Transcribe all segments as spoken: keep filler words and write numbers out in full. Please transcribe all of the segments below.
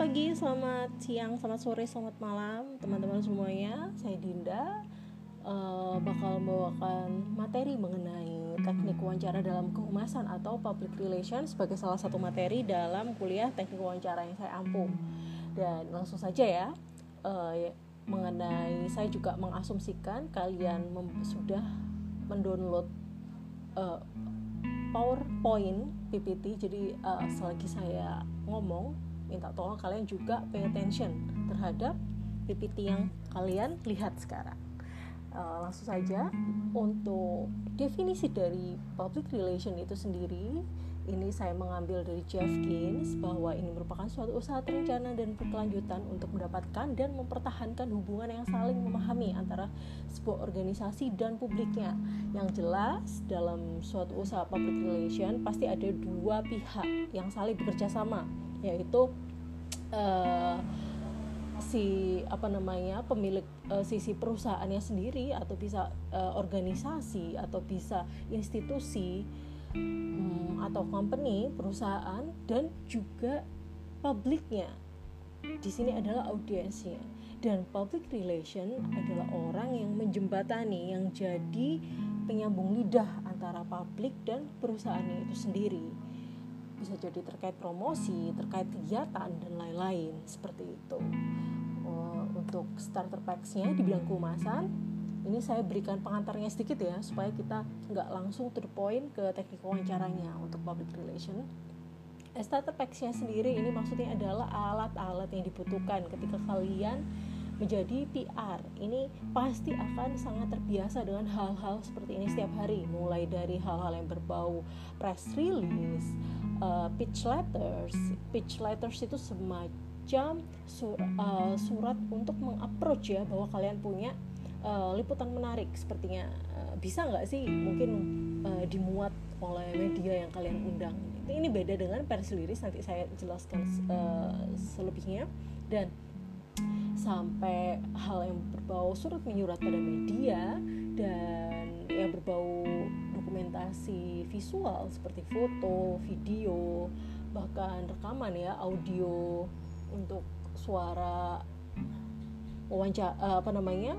pagi, selamat siang, selamat sore, selamat malam teman-teman semuanya. Saya Dinda uh, bakal membawakan materi mengenai teknik wawancara dalam kehumasan atau public relations sebagai salah satu materi dalam kuliah teknik wawancara yang saya ampu. Dan langsung saja ya, uh, mengenai saya juga mengasumsikan kalian mem- sudah mendownload uh, PowerPoint P P T. Jadi uh, selagi saya ngomong, minta tolong kalian juga pay attention terhadap P P T yang kalian lihat sekarang. Uh, langsung saja untuk definisi dari public relation itu sendiri, ini saya mengambil dari Jeff Keynes bahwa ini merupakan suatu usaha terencana dan berkelanjutan untuk mendapatkan dan mempertahankan hubungan yang saling memahami antara sebuah organisasi dan publiknya. Yang jelas dalam suatu usaha public relation pasti ada dua pihak yang saling bekerja sama, yaitu uh, si apa namanya pemilik uh, sisi perusahaannya sendiri, atau bisa uh, organisasi, atau bisa institusi um, atau company perusahaan, dan juga publiknya. Di sini adalah audiensnya. Dan public relation adalah orang yang menjembatani, yang jadi penyambung lidah antara publik dan perusahaannya itu sendiri. Bisa jadi terkait promosi, terkait kegiatan, dan lain-lain seperti itu. Uh, untuk starter packs-nya di bidang kehumasan, ini saya berikan pengantarnya sedikit ya, supaya kita nggak langsung to the point ke teknik wawancaranya untuk public relation. Uh, starter packs-nya sendiri ini maksudnya adalah alat-alat yang dibutuhkan ketika kalian menjadi P R. Ini pasti akan sangat terbiasa dengan hal-hal seperti ini setiap hari, mulai dari hal-hal yang berbau press release, uh, pitch letters. Pitch letters itu semacam sur, uh, surat untuk mengapproach ya, bahwa kalian punya uh, liputan menarik sepertinya. Uh, bisa nggak sih mungkin uh, dimuat oleh media yang kalian undang. Ini beda dengan press release, nanti saya jelaskan uh, selebihnya. Dan sampai hal yang berbau surat menyurat pada media, dan yang berbau dokumentasi visual seperti foto, video, bahkan rekaman ya, audio untuk suara wawancara, apa namanya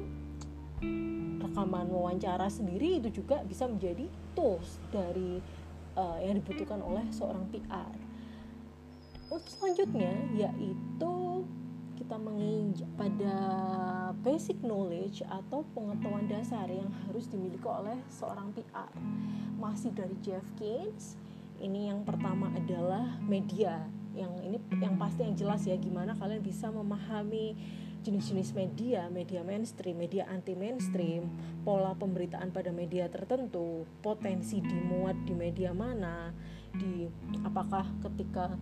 rekaman wawancara sendiri, itu juga bisa menjadi tools dari uh, yang dibutuhkan oleh seorang P R. Untuk selanjutnya yaitu kita menginjak pada basic knowledge atau pengetahuan dasar yang harus dimiliki oleh seorang P R. Masih dari Jeff Keynes, ini yang pertama adalah media. Yang ini yang pasti yang jelas ya, gimana kalian bisa memahami jenis-jenis media, media mainstream, media anti mainstream, pola pemberitaan pada media tertentu, potensi dimuat di media mana, di apakah ketika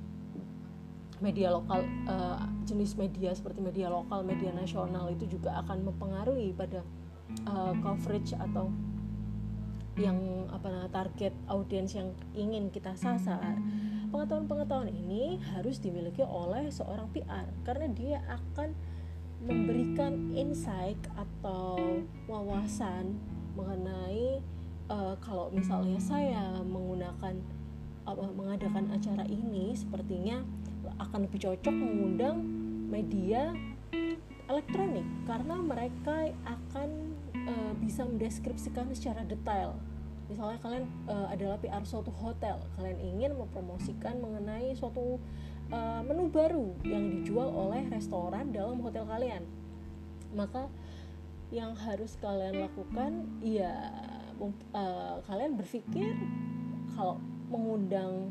media lokal, uh, jenis media seperti media lokal, media nasional itu juga akan mempengaruhi pada uh, coverage atau yang apa target audiens yang ingin kita sasar. Pengetahuan-pengetahuan ini harus dimiliki oleh seorang P R, karena dia akan memberikan insight atau wawasan mengenai uh, kalau misalnya saya menggunakan uh, mengadakan acara ini, sepertinya akan lebih cocok mengundang media elektronik, karena mereka akan e, bisa mendeskripsikan secara detail. Misalnya kalian e, adalah P R suatu hotel, kalian ingin mempromosikan mengenai suatu e, menu baru yang dijual oleh restoran dalam hotel kalian, maka yang harus kalian lakukan ya e, kalian berpikir kalau mengundang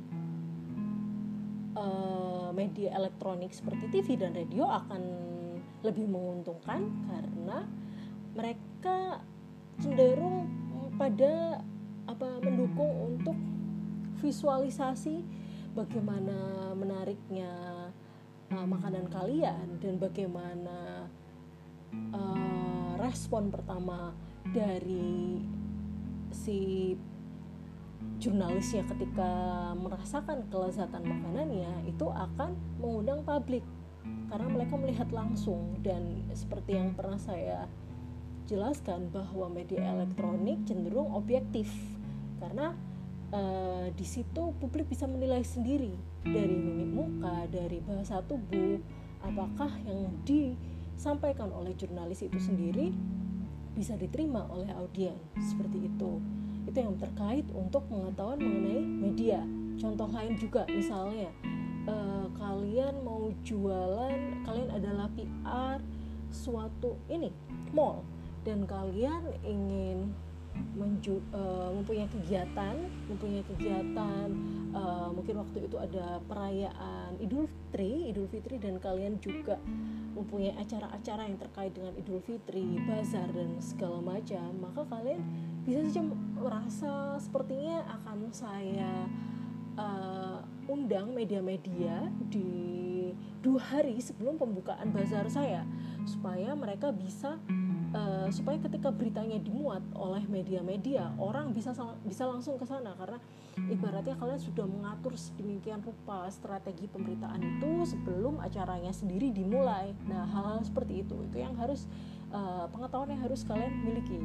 Uh, media elektronik seperti T V dan radio akan lebih menguntungkan, karena mereka cenderung pada apa mendukung untuk visualisasi bagaimana menariknya uh, makanan kalian, dan bagaimana uh, respon pertama dari si jurnalisnya ketika merasakan kelezatan makanannya, itu akan mengundang publik karena mereka melihat langsung. Dan seperti yang pernah saya jelaskan bahwa media elektronik cenderung objektif, karena uh, di situ publik bisa menilai sendiri dari mimik muka, dari bahasa tubuh, apakah yang disampaikan oleh jurnalis itu sendiri bisa diterima oleh audiens. Seperti itu. Itu yang terkait untuk pengetahuan mengenai media. Contoh lain juga, misalnya uh, kalian mau jualan, kalian adalah P R suatu ini mall, dan kalian ingin menju, uh, mempunyai kegiatan, mempunyai kegiatan uh, mungkin waktu itu ada perayaan Idul Fitri, Idul Fitri dan kalian juga mempunyai acara-acara yang terkait dengan Idul Fitri, bazar dan segala macam, maka kalian bisa saja merasa sepertinya akan saya uh, undang media-media di dua hari sebelum pembukaan bazar saya, supaya mereka bisa Uh, supaya ketika beritanya dimuat oleh media-media, orang bisa bisa langsung ke sana, karena ibaratnya kalian sudah mengatur sedemikian rupa strategi pemberitaan itu sebelum acaranya sendiri dimulai. Nah, hal-hal seperti itu itu yang harus uh, pengetahuan yang harus kalian miliki.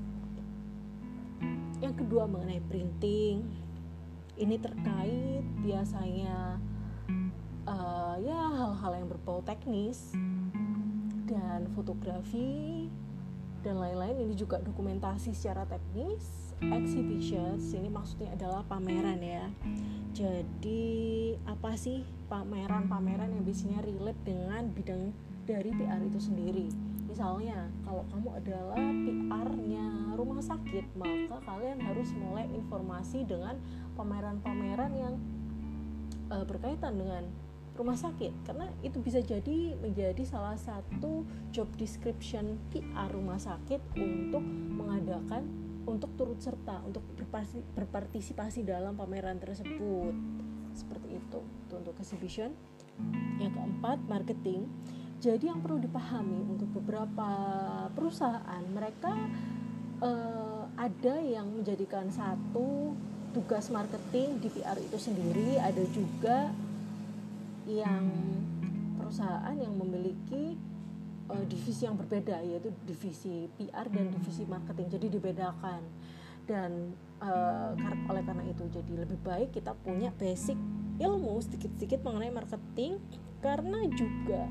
Yang kedua mengenai printing, ini terkait biasanya uh, ya hal-hal yang berbau teknis dan fotografi dan lain-lain. Ini juga dokumentasi secara teknis. Exhibitions ini maksudnya adalah pameran ya. Jadi apa sih pameran-pameran yang biasanya relate dengan bidang dari P R itu sendiri. Misalnya kalau kamu adalah P R-nya rumah sakit, maka kalian harus mulai informasi dengan pameran-pameran yang uh, berkaitan dengan rumah sakit, karena itu bisa jadi menjadi salah satu job description P R rumah sakit untuk mengadakan, untuk turut serta, untuk berpartisipasi dalam pameran tersebut. Seperti itu, itu untuk exhibition. Yang keempat, marketing. Jadi yang perlu dipahami untuk beberapa perusahaan, mereka eh, ada yang menjadikan satu tugas marketing di P R itu sendiri, ada juga yang perusahaan yang memiliki uh, divisi yang berbeda, yaitu divisi P R dan divisi marketing, jadi dibedakan. Dan uh, oleh karena itu jadi lebih baik kita punya basic ilmu sedikit-sedikit mengenai marketing, karena juga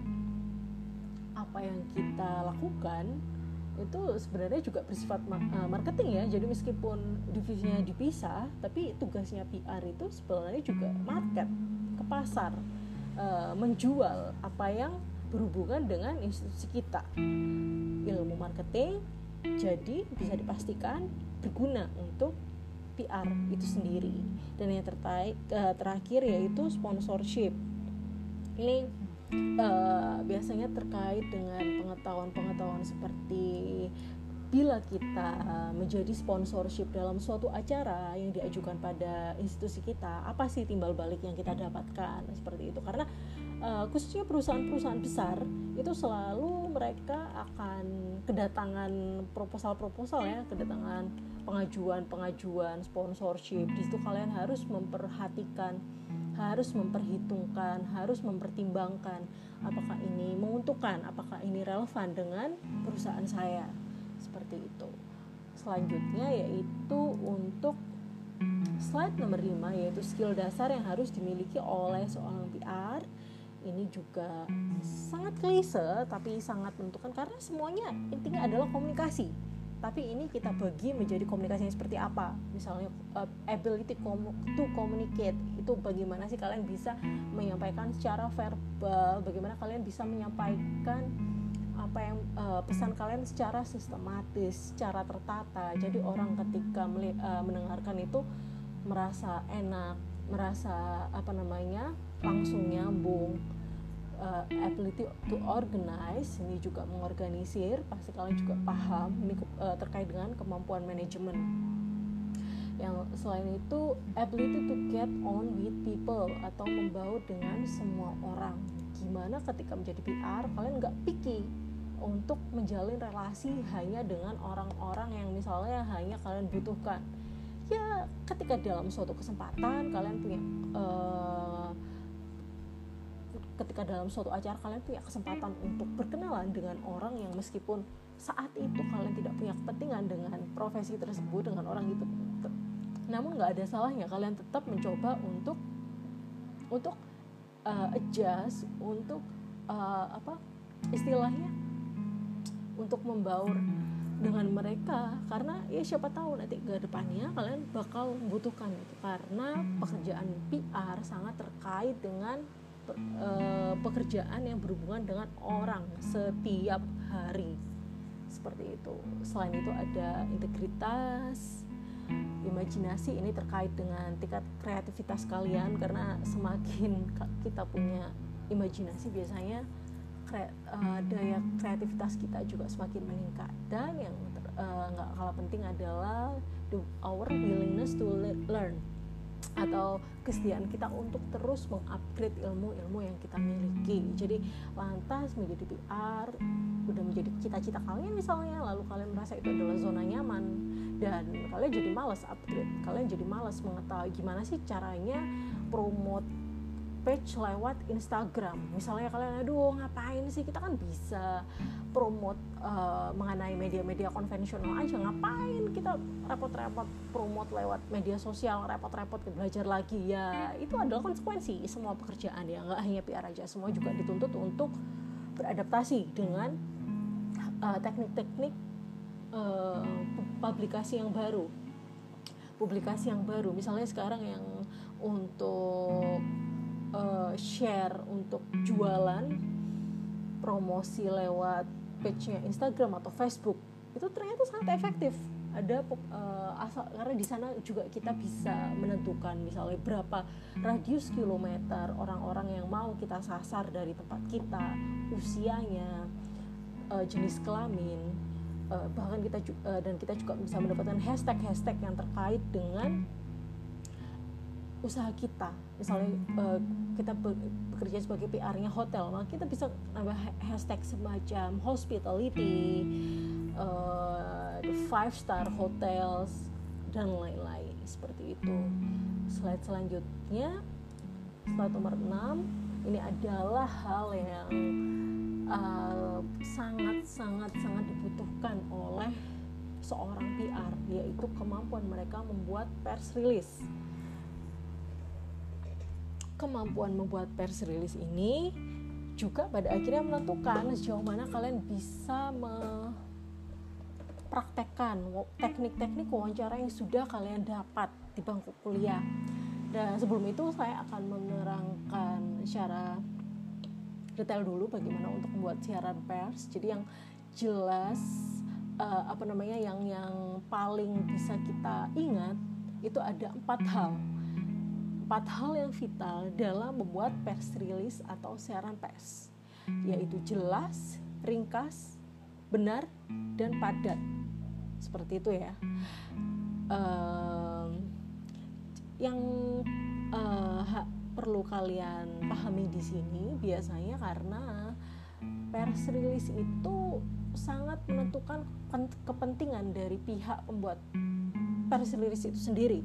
apa yang kita lakukan itu sebenarnya juga bersifat marketing ya. Jadi meskipun divisinya dipisah, tapi tugasnya P R itu sebenarnya juga market, ke pasar, Uh, menjual apa yang berhubungan dengan institusi kita. Ilmu marketing jadi bisa dipastikan berguna untuk P R itu sendiri. Dan yang tertaik, uh, terakhir yaitu sponsorship. Ini uh, biasanya terkait dengan pengetahuan-pengetahuan seperti bila kita menjadi sponsorship dalam suatu acara yang diajukan pada institusi kita, apa sih timbal balik yang kita dapatkan, seperti itu. Karena uh, khususnya perusahaan-perusahaan besar itu selalu mereka akan kedatangan proposal-proposal ya, kedatangan pengajuan-pengajuan sponsorship. Di situ kalian harus memperhatikan, harus memperhitungkan, harus mempertimbangkan apakah ini menguntungkan, apakah ini relevan dengan perusahaan saya. Seperti itu. Selanjutnya yaitu untuk slide nomor lima, yaitu skill dasar yang harus dimiliki oleh seorang P R. Ini juga sangat klise tapi sangat menentukan, karena semuanya intinya adalah komunikasi. Tapi ini kita bagi menjadi komunikasi yang seperti apa. Misalnya uh, ability to communicate, itu bagaimana sih kalian bisa menyampaikan secara verbal, bagaimana kalian bisa menyampaikan apa yang uh, pesan kalian secara sistematis, secara tertata. Jadi orang ketika meli- uh, mendengarkan itu merasa enak, merasa apa namanya langsung nyambung. Uh, ability to organize, ini juga mengorganisir, pasti kalian juga paham. Ini uh, terkait dengan kemampuan manajemen. Yang selain itu ability to get on with people, atau membaur dengan semua orang. Gimana ketika menjadi P R kalian nggak picky untuk menjalin relasi hanya dengan orang-orang yang misalnya hanya kalian butuhkan. Ya ketika dalam suatu kesempatan kalian punya uh, ketika dalam suatu acara kalian punya kesempatan untuk berkenalan dengan orang yang meskipun saat itu kalian tidak punya kepentingan dengan profesi tersebut, dengan orang itu, Namun nggak ada salahnya kalian tetap mencoba untuk untuk uh, adjust, untuk uh, apa istilahnya, untuk membaur dengan mereka, karena ya siapa tahu nanti ke depannya kalian bakal membutuhkan itu, karena pekerjaan P R sangat terkait dengan per, uh, pekerjaan yang berhubungan dengan orang setiap hari seperti itu. Selain itu ada integritas, imajinasi, ini terkait dengan tingkat kreativitas kalian, karena semakin kita punya imajinasi biasanya kre, uh, daya kreativitas kita juga semakin meningkat. Dan yang uh, gak kalah penting adalah the, our willingness to learn, atau kesediaan kita untuk terus mengupgrade ilmu-ilmu yang kita miliki. Jadi lantas menjadi P R udah menjadi cita-cita kalian misalnya, lalu kalian merasa itu adalah zona nyaman dan kalian jadi malas upgrade, kalian jadi malas mengetahui gimana sih caranya promote page lewat Instagram misalnya. Kalian aduh ngapain sih, kita kan bisa promote uh, mengenai media-media konvensional aja, ngapain kita repot-repot promote lewat media sosial, repot-repot belajar lagi. Ya itu adalah konsekuensi semua pekerjaan ya, nggak hanya P R aja, semua juga dituntut untuk beradaptasi dengan uh, teknik-teknik uh, publikasi yang baru publikasi yang baru misalnya sekarang yang untuk Uh, share untuk jualan, promosi lewat page-nya Instagram atau Facebook, itu ternyata sangat efektif. Ada uh, asal karena di sana juga kita bisa menentukan misalnya berapa radius kilometer orang-orang yang mau kita sasar dari tempat kita, usianya, uh, jenis kelamin, uh, bahkan kita uh, dan kita juga bisa mendapatkan hashtag-hashtag yang terkait dengan usaha kita. Misalnya uh, kita bekerja sebagai P R-nya hotel, maka kita bisa nambah hashtag semacam hospitality, uh, the five star hotels dan lain-lain seperti itu. Slide selanjutnya, slide nomor enam, ini adalah hal yang uh, sangat-sangat sangat dibutuhkan oleh seorang P R, yaitu kemampuan mereka membuat press release. Kemampuan membuat press release ini juga pada akhirnya menentukan sejauh mana kalian bisa mempraktekkan teknik-teknik wawancara yang sudah kalian dapat di bangku kuliah. Dan sebelum itu saya akan menerangkan secara detail dulu bagaimana untuk membuat siaran pers. Jadi yang jelas uh, apa namanya yang yang paling bisa kita ingat itu ada empat hal. Empat hal yang vital dalam membuat press release atau siaran pers, yaitu jelas, ringkas, benar, dan padat. Seperti itu ya. Um, yang uh, ha, perlu kalian pahami di sini biasanya karena press release itu sangat menentukan kepentingan dari pihak pembuat press release itu sendiri.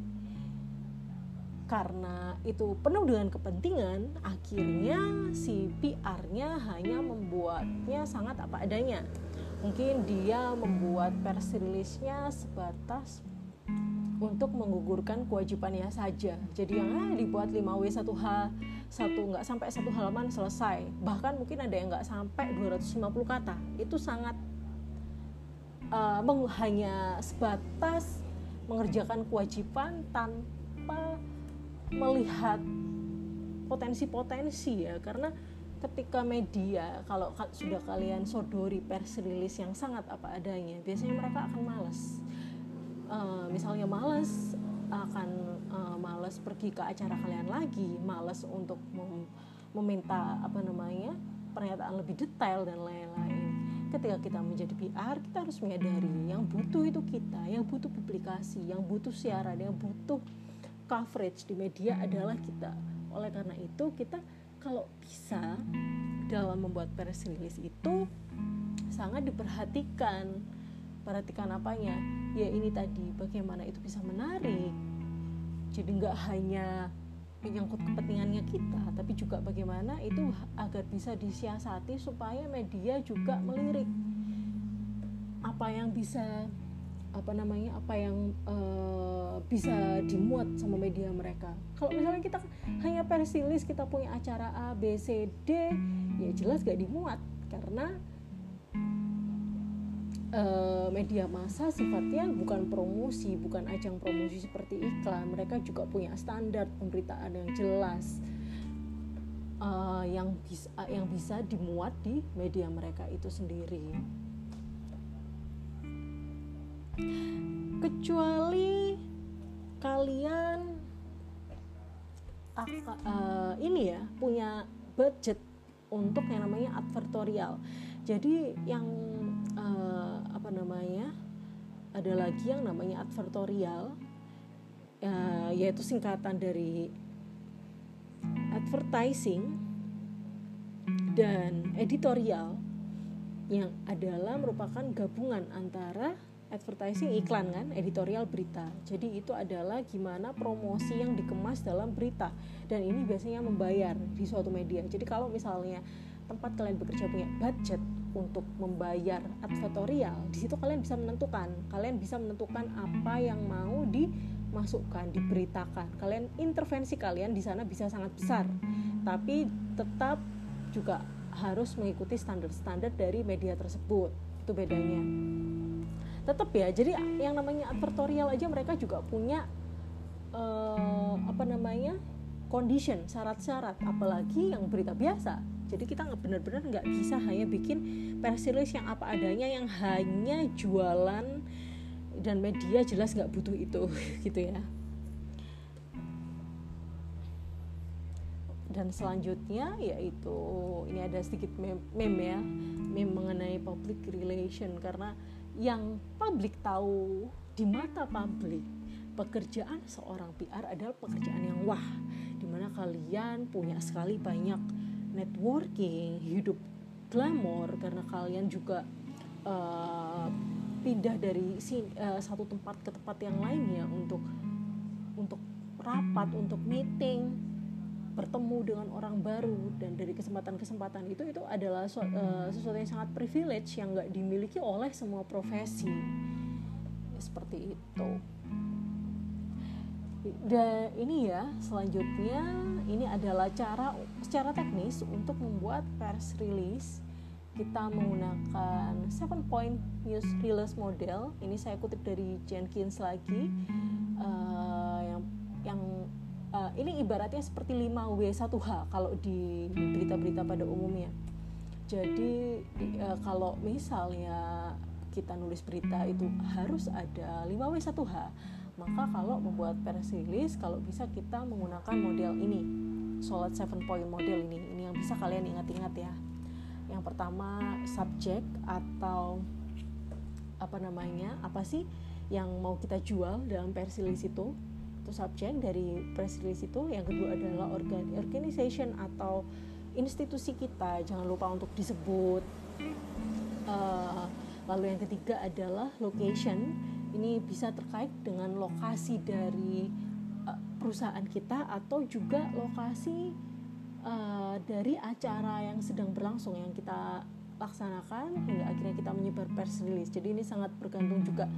Karena itu penuh dengan kepentingan, akhirnya si P R-nya hanya membuatnya sangat apa adanya. Mungkin dia membuat press release-nya sebatas untuk menggugurkan kewajibannya saja. Jadi yang ah, dibuat lima W satu H, satu nggak sampai satu halaman selesai. Bahkan mungkin ada yang nggak sampai dua ratus lima puluh kata. Itu sangat uh, hanya sebatas mengerjakan kewajiban tanpa melihat potensi-potensi ya. Karena ketika media, kalau sudah kalian sodori pers release yang sangat apa adanya, biasanya mereka akan malas. Uh, misalnya malas akan uh, malas pergi ke acara kalian lagi, malas untuk mem- meminta apa namanya pernyataan lebih detail dan lain-lain. Ketika kita menjadi P R, kita harus menyadari yang butuh itu kita, yang butuh publikasi, yang butuh siaran, yang butuh coverage di media adalah kita. Oleh karena itu kita kalau bisa dalam membuat press release itu sangat diperhatikan. Perhatikan apanya? Ya ini tadi, bagaimana itu bisa menarik. Jadi nggak hanya menyangkut kepentingannya kita, tapi juga bagaimana itu agar bisa disiasati supaya media juga melirik apa yang bisa apa namanya apa yang uh, bisa dimuat sama media mereka. Kalau misalnya kita hanya press release, kita punya acara A, B, C, D, ya jelas gak dimuat karena Uh, media massa sifatnya bukan promosi, bukan ajang promosi seperti iklan. Mereka juga punya standar pemberitaan yang jelas uh, yang bisa yang bisa dimuat di media mereka itu sendiri. Kecuali kalian uh, ini ya punya budget untuk yang namanya advertorial. Jadi yang uh, apa namanya ada lagi yang namanya advertorial, uh, yaitu singkatan dari advertising dan editorial, yang adalah merupakan gabungan antara advertising iklan kan, editorial berita. Jadi itu adalah gimana promosi yang dikemas dalam berita, dan ini biasanya membayar di suatu media. Jadi kalau misalnya tempat kalian bekerja punya budget untuk membayar advertorial, di situ kalian bisa menentukan, kalian bisa menentukan apa yang mau dimasukkan, diberitakan. Kalian intervensi kalian di sana bisa sangat besar, tapi tetap juga harus mengikuti standar-standar dari media tersebut. Itu bedanya. Tetap ya. Jadi yang namanya advertorial aja mereka juga punya uh, apa namanya condition, syarat-syarat, apalagi yang berita biasa. Jadi kita nggak benar-benar nggak bisa hanya bikin press release yang apa adanya, yang hanya jualan, dan media jelas nggak butuh itu gitu ya. Dan selanjutnya yaitu ini ada sedikit meme, meme ya, meme mengenai public relation, karena yang publik tahu, di mata publik pekerjaan seorang P R adalah pekerjaan yang wah, dimana kalian punya sekali banyak networking, hidup glamor karena kalian juga uh, pindah dari si, uh, satu tempat ke tempat yang lainnya untuk untuk rapat, untuk meeting, bertemu dengan orang baru, dan dari kesempatan-kesempatan itu itu adalah su, uh, sesuatu yang sangat privilege yang nggak dimiliki oleh semua profesi. Seperti itu. Dan ini ya, selanjutnya ini adalah cara secara teknis untuk membuat press release. Kita menggunakan seven point news release model. Ini saya kutip dari Jenkins lagi. Uh, yang yang uh, ini ibaratnya seperti lima W satu H kalau di berita-berita pada umumnya. Jadi uh, kalau misalnya kita nulis berita itu harus ada lima W satu H. Maka kalau membuat press release, kalau bisa kita menggunakan model ini, Solid seven point model ini. Ini yang bisa kalian ingat-ingat ya. Yang pertama, subject atau apa namanya, apa sih yang mau kita jual dalam press release itu. Itu subject dari press release itu. Yang kedua adalah organization atau institusi kita, jangan lupa untuk disebut. Uh, lalu yang ketiga adalah location. Ini bisa terkait dengan lokasi dari uh, perusahaan kita atau juga lokasi uh, dari acara yang sedang berlangsung yang kita laksanakan hingga akhirnya kita menyebar press release. Jadi ini sangat bergantung juga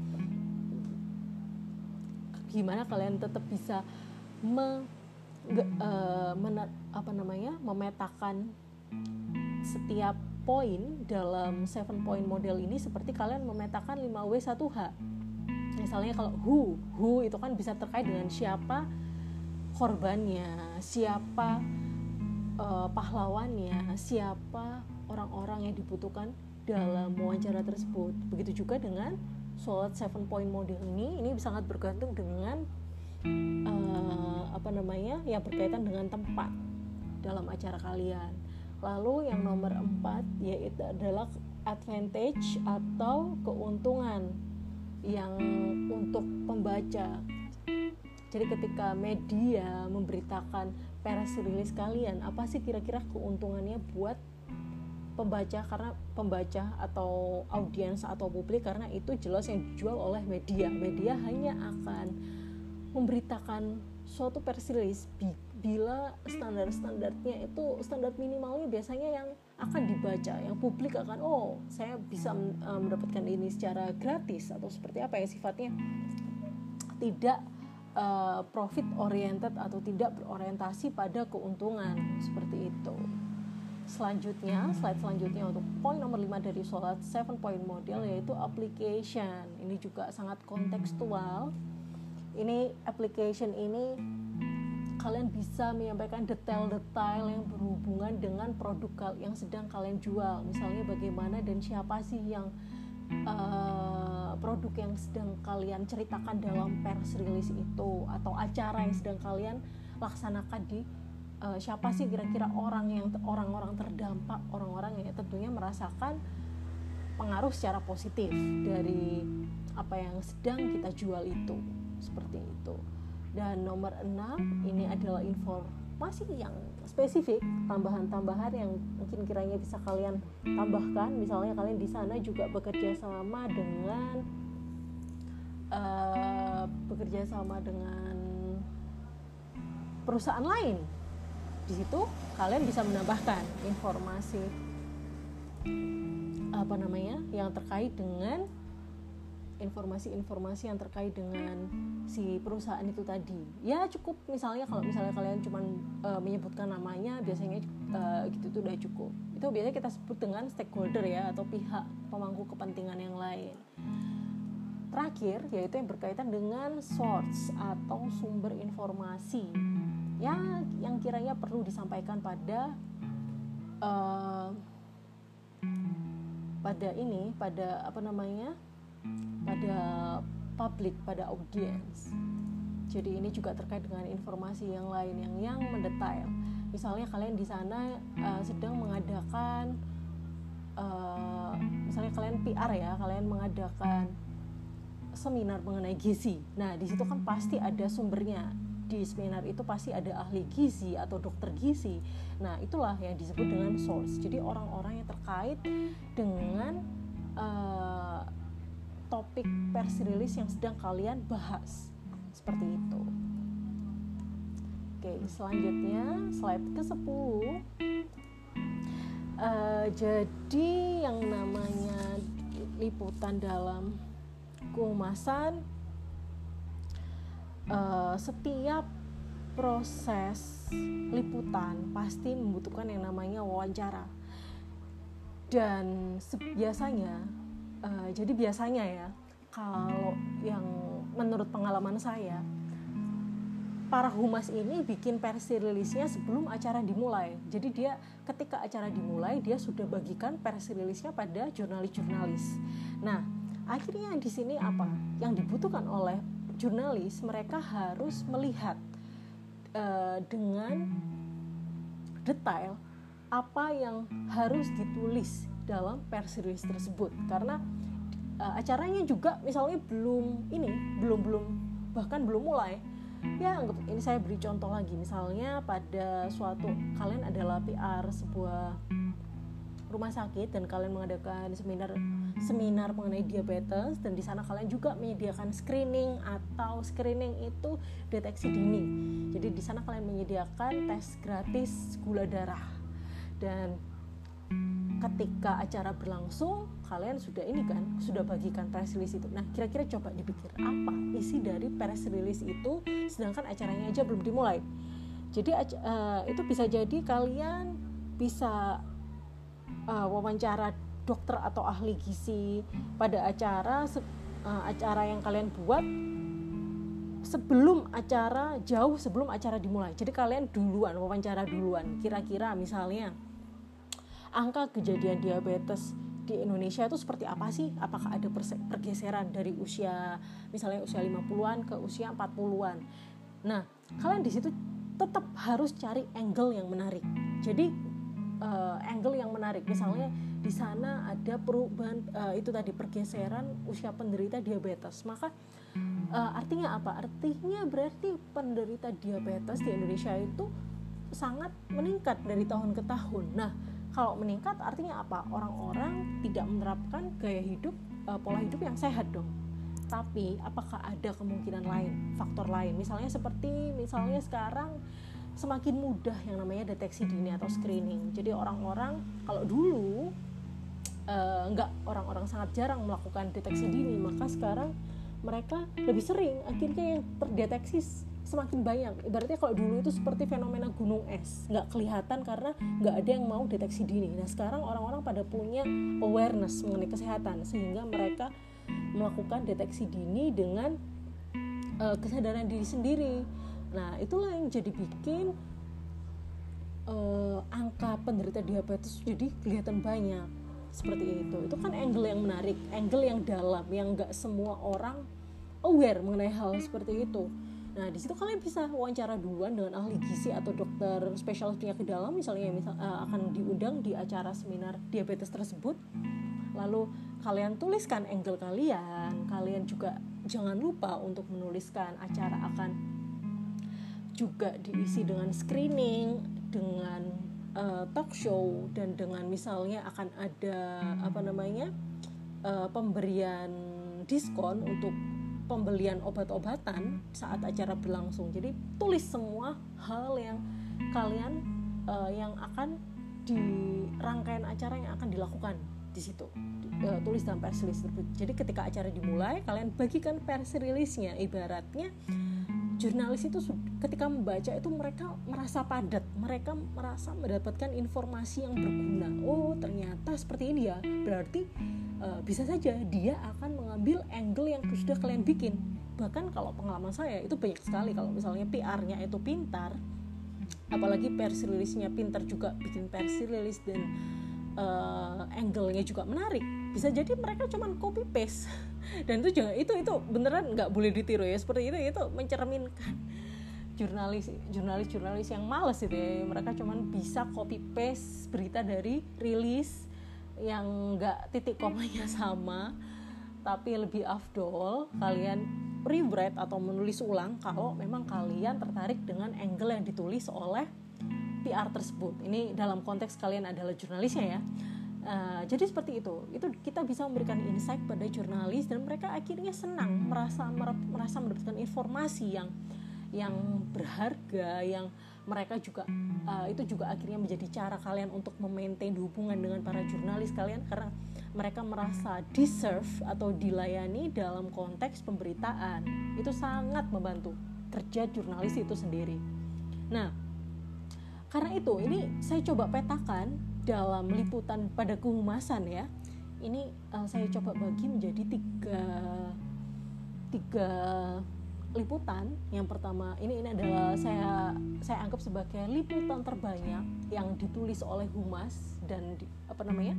gimana kalian tetap bisa me, uh, mener, apa namanya memetakan setiap poin dalam seven point model ini, seperti kalian memetakan lima W satu H. Misalnya kalau who, who itu kan bisa terkait dengan siapa korbannya, siapa uh, pahlawannya, siapa orang-orang yang dibutuhkan dalam wawancara tersebut. Begitu juga dengan Solid seven point model ini, ini sangat bergantung dengan uh, apa namanya yang berkaitan dengan tempat dalam acara kalian. Lalu yang nomor empat yaitu adalah advantage atau keuntungan yang untuk pembaca. Jadi ketika media memberitakan press release kalian, apa sih kira-kira keuntungannya buat pembaca, karena pembaca atau audiens atau publik, karena itu jelas yang dijual oleh media. Media hanya akan memberitakan suatu press release bila standar-standarnya itu, standar minimalnya biasanya yang akan dibaca, yang publik akan oh saya bisa uh, mendapatkan ini secara gratis atau seperti apa ya, sifatnya tidak uh, profit oriented atau tidak berorientasi pada keuntungan seperti itu. Selanjutnya, slide selanjutnya untuk poin nomor lima dari Solat seven point model, yaitu application. Ini juga sangat kontekstual. Ini application ini kalian bisa menyampaikan detail-detail yang berhubungan dengan produk yang sedang kalian jual. Misalnya bagaimana dan siapa sih yang uh, produk yang sedang kalian ceritakan dalam press release itu, atau acara yang sedang kalian laksanakan di Uh, siapa sih kira-kira orang yang orang-orang terdampak, orang-orang yang tentunya merasakan pengaruh secara positif dari apa yang sedang kita jual itu, seperti itu. Dan nomor enam ini adalah informasi yang spesifik, tambahan-tambahan yang mungkin kiranya bisa kalian tambahkan. Misalnya kalian di sana juga bekerja sama dengan uh, bekerja sama dengan perusahaan lain. Di situ kalian bisa menambahkan informasi apa namanya yang terkait dengan informasi-informasi yang terkait dengan si perusahaan itu tadi. Ya cukup misalnya kalau misalnya kalian cuma uh, menyebutkan namanya, biasanya uh, gitu tuh udah cukup. Itu biasanya kita sebut dengan stakeholder ya, atau pihak pemangku kepentingan yang lain. Terakhir yaitu yang berkaitan dengan source atau sumber informasi. Ya, yang kiranya perlu disampaikan pada uh, pada ini, pada apa namanya, pada publik, pada audiens. Jadi ini juga terkait dengan informasi yang lain yang yang mendetail. Misalnya kalian di sana uh, sedang mengadakan, uh, misalnya kalian P R ya, kalian mengadakan seminar mengenai gizi. Nah, di situ kan pasti ada sumbernya. Di seminar itu pasti ada ahli gizi atau dokter gizi. Nah, itulah yang disebut dengan source. Jadi orang-orang yang terkait dengan uh, topik press release yang sedang kalian bahas. Seperti itu. Oke, selanjutnya slide ke sepuluh. Uh, jadi yang namanya liputan dalam kehumasan, Uh, setiap proses liputan pasti membutuhkan yang namanya wawancara. Dan biasanya uh, jadi biasanya ya, kalau yang menurut pengalaman saya, para humas ini bikin press release-nya sebelum acara dimulai. Jadi dia ketika acara dimulai, dia sudah bagikan press release-nya pada jurnalis-jurnalis. Nah, akhirnya di sini apa yang dibutuhkan oleh jurnalis, mereka harus melihat uh, dengan detail apa yang harus ditulis dalam press release tersebut, karena uh, acaranya juga misalnya belum ini belum belum bahkan belum mulai ya. Anggap ini saya beri contoh lagi, misalnya pada suatu kalian adalah P R sebuah rumah sakit dan kalian mengadakan seminar seminar mengenai diabetes, dan di sana kalian juga menyediakan screening, atau screening itu deteksi dini. Jadi di sana kalian menyediakan tes gratis gula darah, dan ketika acara berlangsung kalian sudah ini kan sudah bagikan press release itu. Nah, kira-kira coba dipikir apa isi dari press release itu sedangkan acaranya aja belum dimulai. Jadi uh, itu bisa jadi kalian bisa Uh, wawancara dokter atau ahli gizi pada acara uh, acara yang kalian buat sebelum acara, jauh sebelum acara dimulai. Jadi kalian duluan wawancara duluan. Kira-kira misalnya angka kejadian diabetes di Indonesia itu seperti apa sih? Apakah ada pergeseran dari usia misalnya usia lima puluhan ke usia empat puluhan? Nah, kalian di situ tetap harus cari angle yang menarik. Jadi Uh, angle yang menarik, misalnya di sana ada perubahan uh, itu tadi pergeseran usia penderita diabetes, maka uh, artinya apa? Artinya berarti penderita diabetes di Indonesia itu sangat meningkat dari tahun ke tahun. Nah, kalau meningkat artinya apa? Orang-orang tidak menerapkan gaya hidup uh, pola hidup yang sehat dong. Tapi apakah ada kemungkinan lain, faktor lain? Misalnya seperti misalnya sekarang semakin mudah yang namanya deteksi dini atau screening. Jadi orang-orang kalau dulu uh, enggak, orang-orang sangat jarang melakukan deteksi dini, maka sekarang mereka lebih sering, akhirnya yang terdeteksi semakin banyak. Ibaratnya kalau dulu itu seperti fenomena gunung es, nggak kelihatan karena nggak ada yang mau deteksi dini. Nah sekarang orang-orang pada punya awareness mengenai kesehatan, sehingga mereka melakukan deteksi dini dengan uh, kesadaran diri sendiri. Nah itulah yang jadi bikin uh, angka penderita diabetes jadi kelihatan banyak. Seperti itu. Itu kan angle yang menarik, angle yang dalam, yang nggak semua orang aware mengenai hal seperti itu. Nah di situ kalian bisa wawancara duluan dengan ahli gizi atau dokter spesialis penyakit dalam, misalnya misal, uh, akan diundang di acara seminar diabetes tersebut. Lalu kalian tuliskan angle kalian. Kalian juga jangan lupa untuk menuliskan acara akan juga diisi dengan screening, dengan Uh, talk show, dan dengan misalnya akan ada apa namanya uh, pemberian diskon untuk pembelian obat-obatan saat acara berlangsung. Jadi tulis semua hal yang kalian uh, yang akan di rangkaian acara yang akan dilakukan di situ. Uh, tulis dalam press release tersebut. Jadi ketika acara dimulai, kalian bagikan press release-nya. Ibaratnya jurnalis itu ketika membaca itu mereka merasa padat, mereka merasa mendapatkan informasi yang berguna. Oh ternyata seperti ini ya, berarti uh, bisa saja dia akan mengambil angle yang sudah kalian bikin. Bahkan kalau pengalaman saya itu banyak sekali, kalau misalnya P R-nya itu pintar, apalagi press release-nya pintar juga bikin press release dan uh, angle-nya juga menarik, bisa jadi mereka cuma copy paste. Dan itu jangan, itu itu beneran nggak boleh ditiru ya, seperti itu itu mencerminkan jurnalis jurnalis jurnalis yang malas itu ya. Mereka cuma bisa copy paste berita dari rilis yang nggak titik komanya sama, tapi lebih afdol kalian rewrite atau menulis ulang kalau memang kalian tertarik dengan angle yang ditulis oleh P R tersebut. Ini dalam konteks kalian adalah jurnalisnya ya. Uh, jadi seperti itu, itu kita bisa memberikan insight pada jurnalis dan mereka akhirnya senang, merasa merasa mendapatkan informasi yang yang berharga, yang mereka juga uh, itu juga akhirnya menjadi cara kalian untuk memaintain hubungan dengan para jurnalis kalian, karena mereka merasa deserve atau dilayani dalam konteks pemberitaan. Itu sangat membantu kerja jurnalis itu sendiri. Nah, karena itu ini saya coba petakan dalam liputan pada kehumasan ya. Ini uh, saya coba bagi menjadi tiga tiga liputan. Yang pertama ini ini adalah saya saya anggap sebagai liputan terbanyak yang ditulis oleh Humas dan di, apa namanya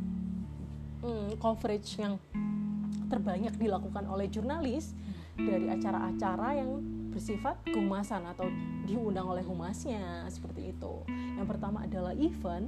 hmm, coverage yang terbanyak dilakukan oleh jurnalis dari acara-acara yang bersifat kehumasan atau diundang oleh humasnya, seperti itu. Yang pertama adalah event.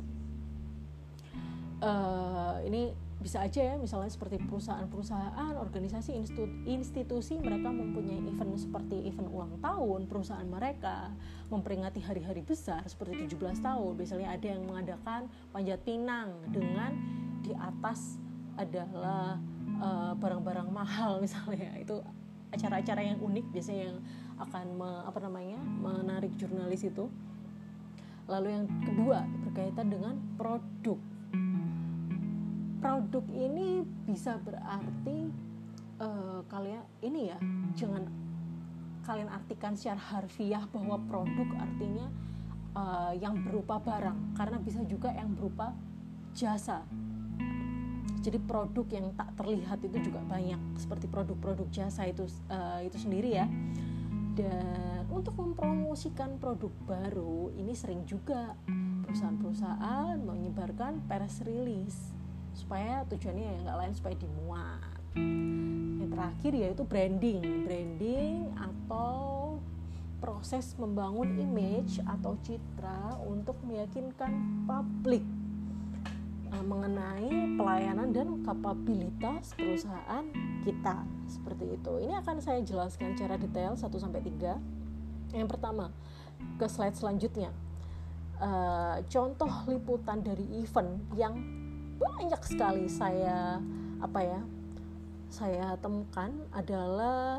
Uh, ini bisa aja ya, misalnya seperti perusahaan-perusahaan, organisasi, institusi, mereka mempunyai event seperti event ulang tahun perusahaan mereka, memperingati hari-hari besar seperti tujuh belas tahun. Biasanya ada yang mengadakan panjat pinang dengan di atas adalah uh, barang-barang mahal misalnya. Itu acara-acara yang unik biasanya yang akan me, apa namanya menarik jurnalis itu. Lalu yang kedua berkaitan dengan produk. Produk ini bisa berarti uh, kalian ini ya, jangan kalian artikan secara harfiah bahwa produk artinya uh, yang berupa barang, karena bisa juga yang berupa jasa. Jadi produk yang tak terlihat itu juga banyak, seperti produk-produk jasa itu uh, itu sendiri ya. Dan untuk mempromosikan produk baru ini sering juga perusahaan-perusahaan menyebarkan press release, supaya tujuannya nggak lain supaya dimuat. Yang terakhir yaitu branding. Branding atau proses membangun image atau citra untuk meyakinkan publik uh, mengenai pelayanan dan kapabilitas perusahaan kita, seperti itu. Ini akan saya jelaskan secara detail satu sampai tiga. Yang pertama, ke slide selanjutnya. Uh, contoh liputan dari event yang banyak sekali saya apa ya saya temukan adalah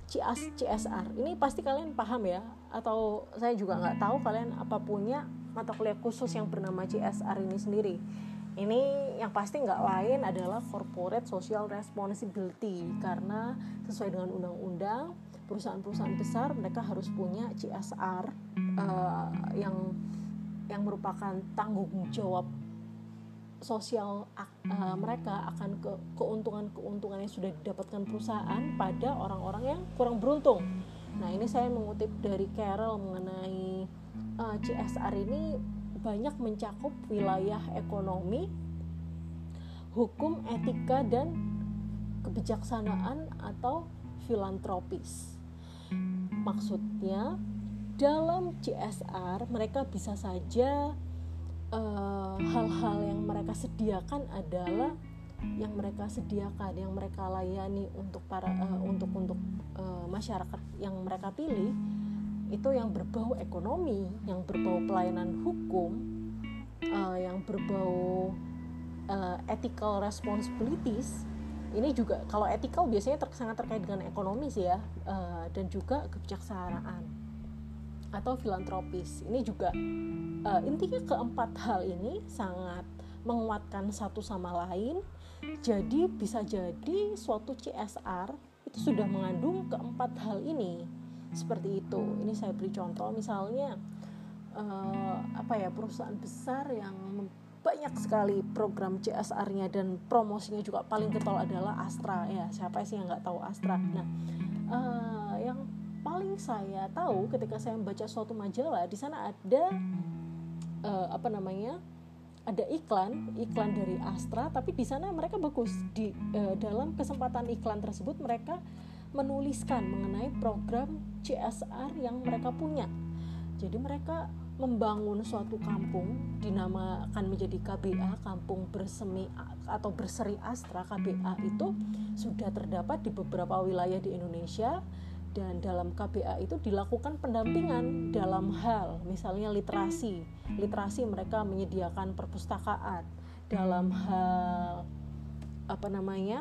C S R ini pasti kalian paham ya, atau saya juga nggak tahu kalian apa punya mata kuliah khusus yang bernama C S R ini sendiri. Ini yang pasti nggak lain adalah Corporate Social Responsibility, karena sesuai dengan undang-undang perusahaan-perusahaan besar mereka harus punya C S R uh, yang yang merupakan tanggung jawab sosial uh, mereka akan ke, keuntungan-keuntungan yang sudah didapatkan perusahaan pada orang-orang yang kurang beruntung. Nah, ini saya mengutip dari Carroll mengenai uh, C S R ini banyak mencakup wilayah ekonomi, hukum, etika, dan kebijaksanaan atau filantropis. Maksudnya, dalam C S R mereka bisa saja Uh, hal-hal yang mereka sediakan adalah yang mereka sediakan, yang mereka layani untuk para uh, untuk untuk uh, masyarakat yang mereka pilih itu yang berbau ekonomi, yang berbau pelayanan hukum, uh, yang berbau uh, ethical responsibilities. Ini juga kalau ethical biasanya ter- sangat terkait dengan ekonomi sih ya, uh, dan juga kebijaksanaan atau filantropis. Ini juga uh, intinya keempat hal ini sangat menguatkan satu sama lain. Jadi bisa jadi suatu C S R itu sudah mengandung keempat hal ini. Seperti itu. Ini saya beri contoh misalnya uh, apa ya perusahaan besar yang banyak sekali program C S R-nya dan promosinya juga paling getol adalah Astra ya. Siapa sih yang nggak tahu Astra? Nah, uh, yang paling saya tahu ketika saya membaca suatu majalah, di sana ada uh, apa namanya ada iklan iklan dari Astra, tapi di sana mereka bagus di uh, dalam kesempatan iklan tersebut mereka menuliskan mengenai program C S R yang mereka punya. Jadi mereka membangun suatu kampung dinamakan menjadi K B A, Kampung Bersemi atau Berseri Astra. K B A itu sudah terdapat di beberapa wilayah di Indonesia. Dan dalam K B A itu dilakukan pendampingan dalam hal misalnya literasi. Literasi mereka menyediakan perpustakaan dalam hal apa namanya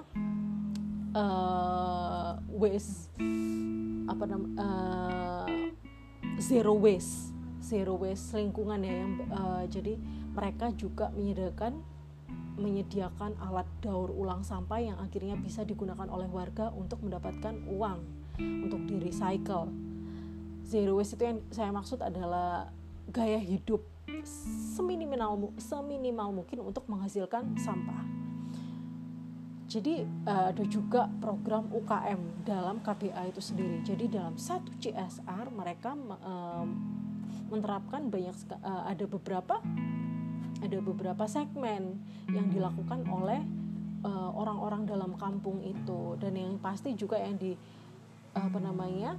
uh, waste apa namanya uh, zero waste, zero waste lingkungan ya yang uh, jadi mereka juga menyediakan menyediakan alat daur ulang sampah yang akhirnya bisa digunakan oleh warga untuk mendapatkan uang untuk di recycle. Zero waste itu yang saya maksud adalah gaya hidup seminimal seminimal mungkin untuk menghasilkan sampah. Jadi uh, ada juga program U K M dalam K B A itu sendiri. Jadi dalam satu C S R mereka um, menerapkan banyak uh, ada beberapa ada beberapa segmen yang dilakukan oleh uh, orang-orang dalam kampung itu, dan yang pasti juga yang di apa namanya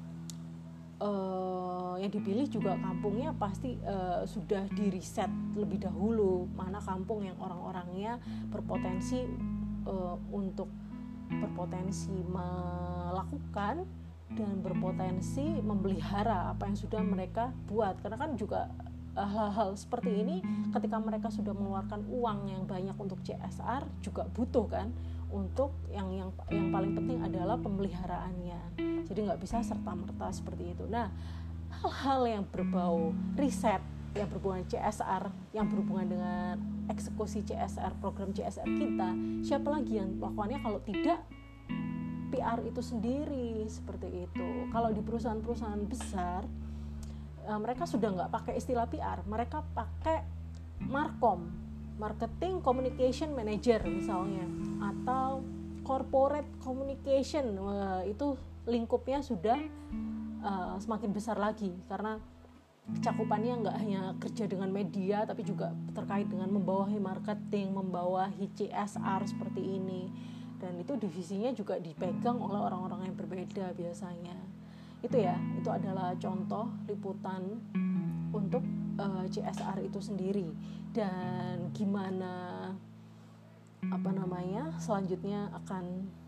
uh, yang dipilih juga kampungnya pasti uh, sudah diriset lebih dahulu mana kampung yang orang-orangnya berpotensi uh, untuk berpotensi melakukan dan berpotensi memelihara apa yang sudah mereka buat, karena kan juga uh, hal-hal seperti ini ketika mereka sudah mengeluarkan uang yang banyak untuk C S R juga butuh kan untuk yang yang yang paling penting adalah pemeliharaannya. Jadi nggak bisa serta-merta seperti itu. Nah, hal-hal yang berbau riset, yang berhubungan C S R, yang berhubungan dengan eksekusi C S R, program C S R kita, siapa lagi yang melakukannya kalau tidak P R itu sendiri seperti itu. Kalau di perusahaan-perusahaan besar, mereka sudah nggak pakai istilah P R, mereka pakai Markom. Marketing Communication Manager misalnya, atau Corporate Communication. Wah, itu lingkupnya sudah uh, semakin besar lagi karena cakupannya nggak hanya kerja dengan media tapi juga terkait dengan membawahi marketing, membawahi C S R seperti ini, dan itu divisinya juga dipegang oleh orang-orang yang berbeda biasanya. Itu ya, itu adalah contoh liputan untuk uh, C S R itu sendiri. Dan gimana apa namanya selanjutnya akan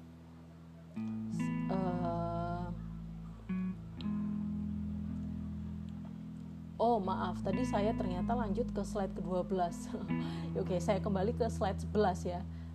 uh, oh maaf tadi saya ternyata lanjut ke slide kedua belas. Oke, saya kembali ke slide sebelas ya.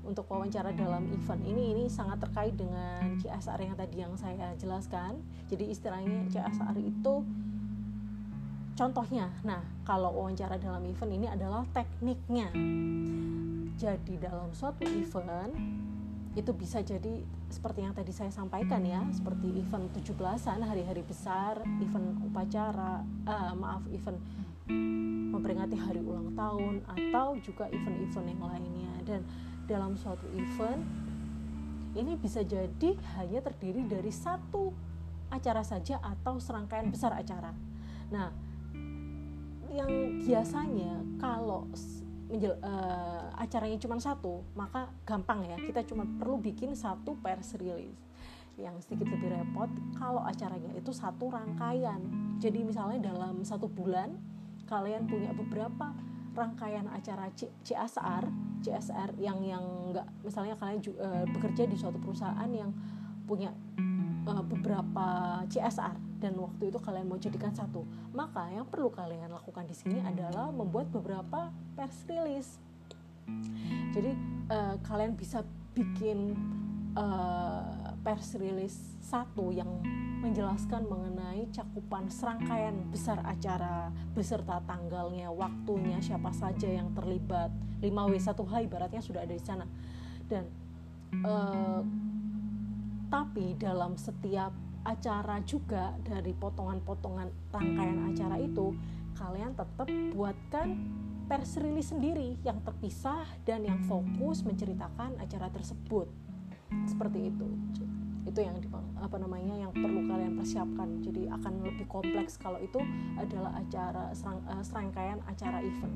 untuk wawancara dalam event ini ini sangat terkait dengan C S R yang tadi yang saya jelaskan. Jadi istilahnya C S R itu contohnya. Nah, kalau wawancara dalam event ini adalah tekniknya. Jadi dalam suatu event itu bisa jadi seperti yang tadi saya sampaikan ya, seperti event tujuh belasan, hari-hari besar, event upacara, uh, maaf event memperingati hari ulang tahun, atau juga event-event yang lainnya. Dan dalam suatu event ini bisa jadi hanya terdiri dari satu acara saja atau serangkaian besar acara. Nah, yang biasanya kalau menjel, uh, acaranya cuma satu, maka gampang ya, kita cuma perlu bikin satu press release. Yang sedikit lebih repot kalau acaranya itu satu rangkaian. Jadi misalnya dalam satu bulan kalian punya beberapa rangkaian acara C S R, C S R yang yang enggak, misalnya kalian uh, bekerja di suatu perusahaan yang punya uh, beberapa C S R dan waktu itu kalian mau jadikan satu, maka yang perlu kalian lakukan di sini adalah membuat beberapa press release. Jadi uh, kalian bisa bikin uh, press release satu yang menjelaskan mengenai cakupan serangkaian besar acara beserta tanggalnya, waktunya, siapa saja yang terlibat, lima W satu H ibaratnya sudah ada di sana. Dan uh, tapi dalam setiap acara juga dari potongan-potongan rangkaian acara itu kalian tetap buatkan press release sendiri yang terpisah dan yang fokus menceritakan acara tersebut. Seperti itu. Itu yang apa namanya yang perlu kalian persiapkan. Jadi akan lebih kompleks kalau itu adalah acara serang, uh, serangkaian acara event.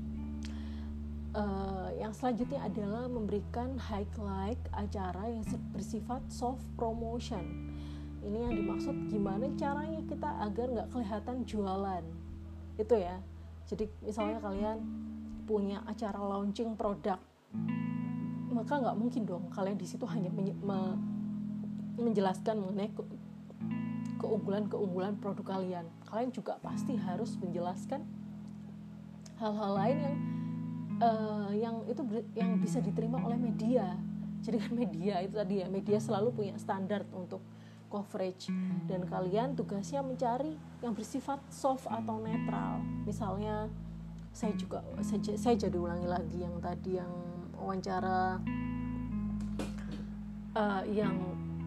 Uh, yang selanjutnya adalah memberikan highlight acara yang bersifat soft promotion. Ini yang dimaksud gimana caranya kita agar nggak kelihatan jualan. Itu ya. Jadi misalnya kalian punya acara launching produk, maka nggak mungkin dong kalian di situ hanya menye- me- menjelaskan mengenai ke- keunggulan-keunggulan produk kalian. Kalian juga pasti harus menjelaskan hal-hal lain yang uh, yang itu yang bisa diterima oleh media. Jadi kan media itu tadi ya, media selalu punya standar untuk coverage dan kalian tugasnya mencari yang bersifat soft atau netral. Misalnya saya juga saya, saya jadi ulangi lagi yang tadi yang wawancara uh, yang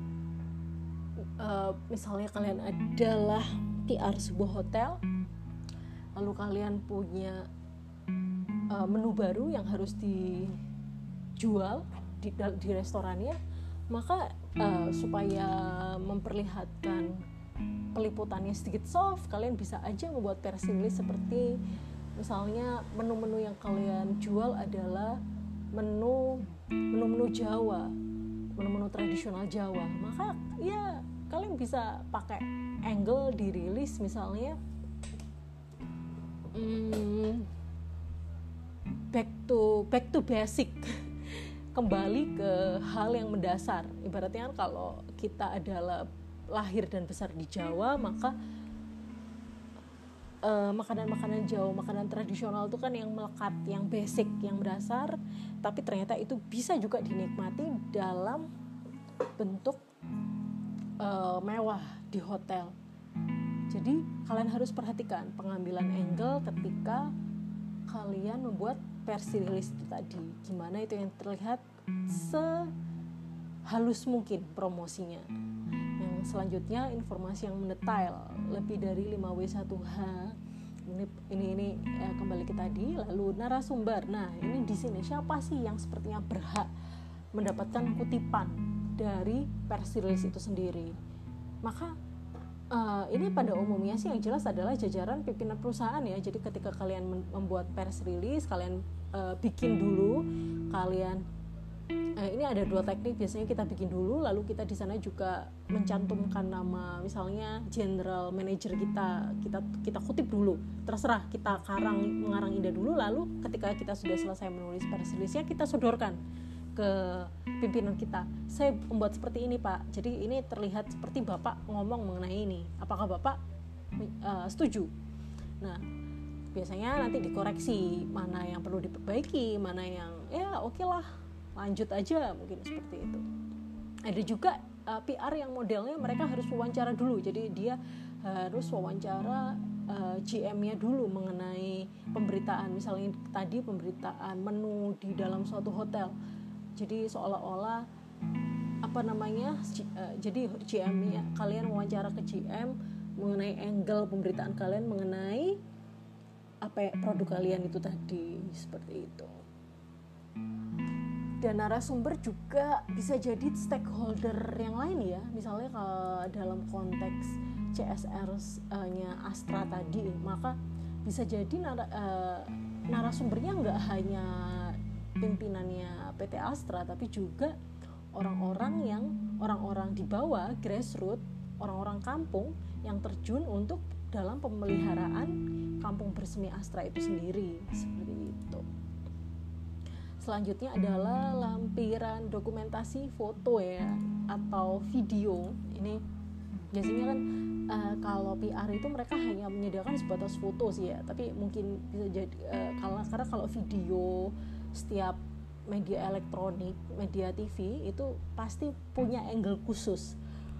Uh, misalnya kalian adalah P R sebuah hotel, lalu kalian punya uh, menu baru yang harus dijual di, di restorannya, maka uh, supaya memperlihatkan peliputannya sedikit soft, kalian bisa aja membuat press release seperti misalnya menu-menu yang kalian jual adalah menu menu-menu Jawa, menu-menu tradisional Jawa, maka ya kalian bisa pakai angle dirilis misalnya hmm, back to back to basic, kembali ke hal yang mendasar. Ibaratnya kan kalau kita adalah lahir dan besar di Jawa, maka uh, makanan-makanan Jawa, makanan tradisional itu kan yang melekat, yang basic, yang mendasar, tapi ternyata itu bisa juga dinikmati dalam bentuk Uh, mewah di hotel. Jadi kalian harus perhatikan pengambilan angle ketika kalian membuat press release itu tadi. Gimana itu yang terlihat sehalus mungkin promosinya. Yang selanjutnya informasi yang mendetail lebih dari lima W satu H. Ini ini ini ya, kembali ke tadi. Lalu narasumber. Nah, ini di sini siapa sih yang sepertinya berhak mendapatkan kutipan dari press release itu sendiri. Maka uh, ini pada umumnya sih yang jelas adalah jajaran pimpinan perusahaan ya. Jadi ketika kalian membuat press release, kalian uh, bikin dulu, kalian uh, ini ada dua teknik biasanya kita bikin dulu, lalu kita di sana juga mencantumkan nama misalnya general manager kita, kita kita kutip dulu, terserah kita karang mengarang ide dulu, lalu ketika kita sudah selesai menulis press release-nya kita sodorkan ke pimpinan kita. Saya membuat seperti ini Pak, jadi ini terlihat seperti Bapak ngomong mengenai ini, apakah Bapak uh, setuju? Nah biasanya nanti dikoreksi mana yang perlu diperbaiki, mana yang ya oke okay lah lanjut aja, mungkin seperti itu. Ada juga uh, P R yang modelnya mereka harus wawancara dulu, jadi dia harus wawancara uh, G M-nya dulu mengenai pemberitaan, misalnya tadi pemberitaan menu di dalam suatu hotel. Jadi seolah-olah apa namanya, uh, jadi G M-nya kalian wawancara ke G M mengenai angle pemberitaan kalian mengenai apa ya, produk kalian itu tadi, seperti itu. Dan narasumber juga bisa jadi stakeholder yang lain ya, misalnya kalau dalam konteks C S R-nya Astra tadi, maka bisa jadi nar- uh, narasumbernya nggak hanya pimpinannya P T Astra, tapi juga orang-orang yang orang-orang di bawah, grassroots, orang-orang kampung yang terjun untuk dalam pemeliharaan kampung bersemi Astra itu sendiri, seperti itu. Selanjutnya adalah lampiran dokumentasi foto ya atau video. Ini biasanya kan uh, kalau P R itu mereka hanya menyediakan sebatas foto sih ya, tapi mungkin bisa jadi uh, kalau karena kalau video setiap media elektronik, media T V itu pasti punya angle khusus.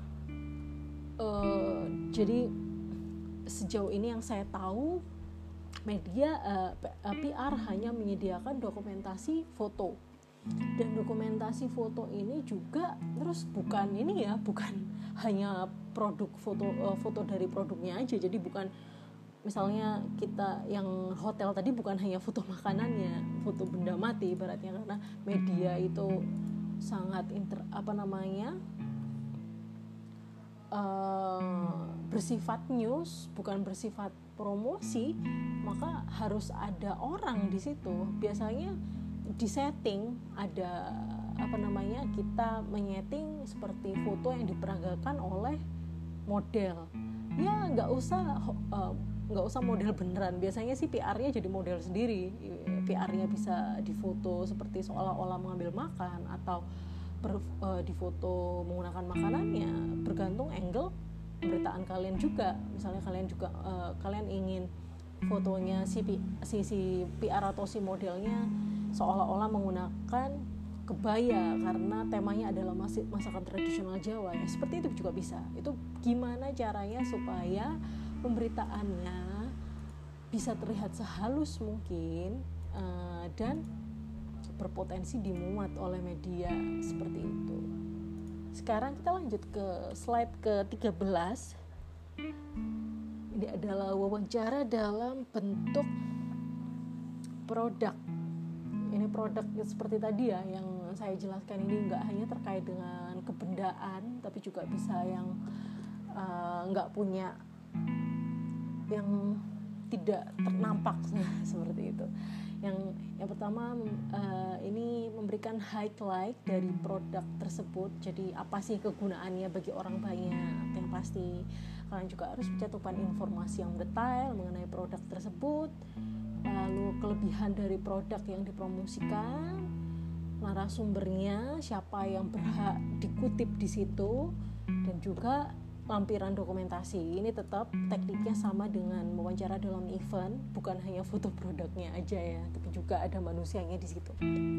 Uh, jadi sejauh ini yang saya tahu media uh, P R hanya menyediakan dokumentasi foto, dan dokumentasi foto ini juga terus bukan ini ya, bukan hanya produk foto uh, foto dari produknya aja. Jadi bukan misalnya kita yang hotel tadi bukan hanya foto makanannya, foto benda mati ibaratnya, karena media itu sangat inter, apa namanya uh, bersifat news, bukan bersifat promosi, maka harus ada orang di situ. Biasanya di setting ada apa namanya, kita menyeting seperti foto yang diperagakan oleh model. Ya nggak usah uh, nggak usah model beneran. Biasanya sih P R-nya jadi model sendiri. P R-nya bisa difoto seperti seolah-olah mengambil makan atau ber, uh, difoto menggunakan makanannya. Bergantung angle pemberitaan kalian juga. Misalnya kalian juga uh, kalian ingin fotonya si, si si P R atau si modelnya seolah-olah menggunakan kebaya karena temanya adalah masih masakan tradisional Jawa ya, seperti itu juga bisa. Itu gimana caranya supaya pemberitaannya bisa terlihat sehalus mungkin uh, dan berpotensi dimuat oleh media, seperti itu. Sekarang kita lanjut ke slide ke tiga belas. Ini adalah wawancara dalam bentuk produk. Ini produk seperti tadi ya yang saya jelaskan, ini nggak hanya terkait dengan kebendaan, tapi juga bisa yang uh, nggak punya, yang tidak ternampak seperti itu. Yang yang pertama uh, ini memberikan highlight dari produk tersebut. Jadi apa sih kegunaannya bagi orang banyak, yang pasti kalian juga harus mencantumkan informasi yang detail mengenai produk tersebut, lalu kelebihan dari produk yang dipromosikan, narasumbernya, siapa yang berhak dikutip di situ, dan juga lampiran dokumentasi. Ini tetap tekniknya sama dengan wawancara dalam event, bukan hanya foto produknya aja ya, tapi juga ada manusianya di situ.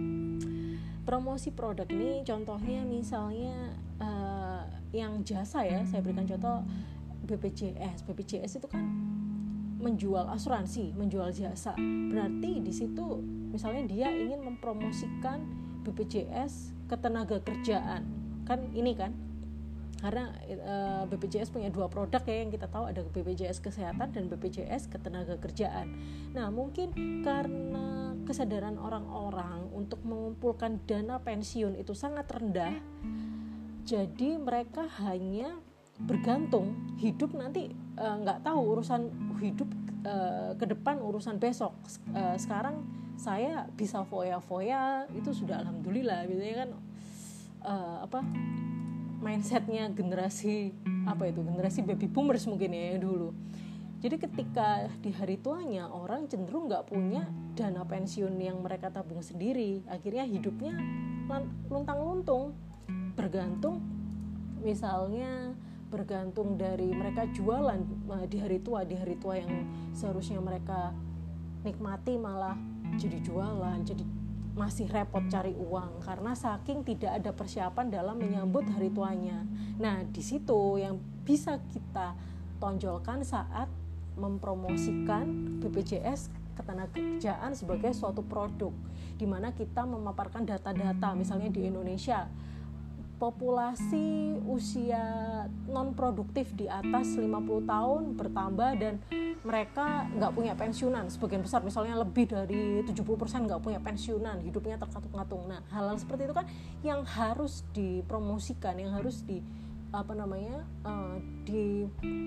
Promosi produk ini contohnya misalnya uh, yang jasa ya, saya berikan contoh B P J S. B P J S itu kan menjual asuransi, menjual jasa. Berarti di situ misalnya dia ingin mempromosikan B P J S ketenaga kerjaan. Kan ini kan karena uh, B P J S punya dua produk ya yang kita tahu, ada B P J S kesehatan dan B P J S ketenaga kerjaan. Nah, mungkin karena kesadaran orang-orang untuk mengumpulkan dana pensiun itu sangat rendah, jadi mereka hanya bergantung hidup nanti, nggak uh, tahu urusan hidup uh, ke depan, urusan besok. Uh, sekarang saya bisa foya-foya itu sudah alhamdulillah, biasanya kan uh, apa mindsetnya generasi apa itu generasi baby boomers mungkin ya dulu. Jadi ketika di hari tuanya orang cenderung nggak punya dana pensiun yang mereka tabung sendiri, akhirnya hidupnya luntang-luntung, bergantung misalnya bergantung dari mereka jualan di hari tua, di hari tua yang seharusnya mereka nikmati malah jadi jualan, jadi masih repot cari uang karena saking tidak ada persiapan dalam menyambut hari tuanya. Nah, di situ yang bisa kita tonjolkan saat mempromosikan B P J S Ketenagakerjaan sebagai suatu produk, di mana kita memaparkan data-data. Misalnya di Indonesia, populasi usia non produktif di atas lima puluh tahun bertambah dan mereka nggak punya pensiunan, sebagian besar misalnya lebih dari tujuh puluh persen nggak punya pensiunan, hidupnya terkatung-katung. Nah, hal-hal seperti itu kan yang harus dipromosikan, yang harus di apa namanya uh, di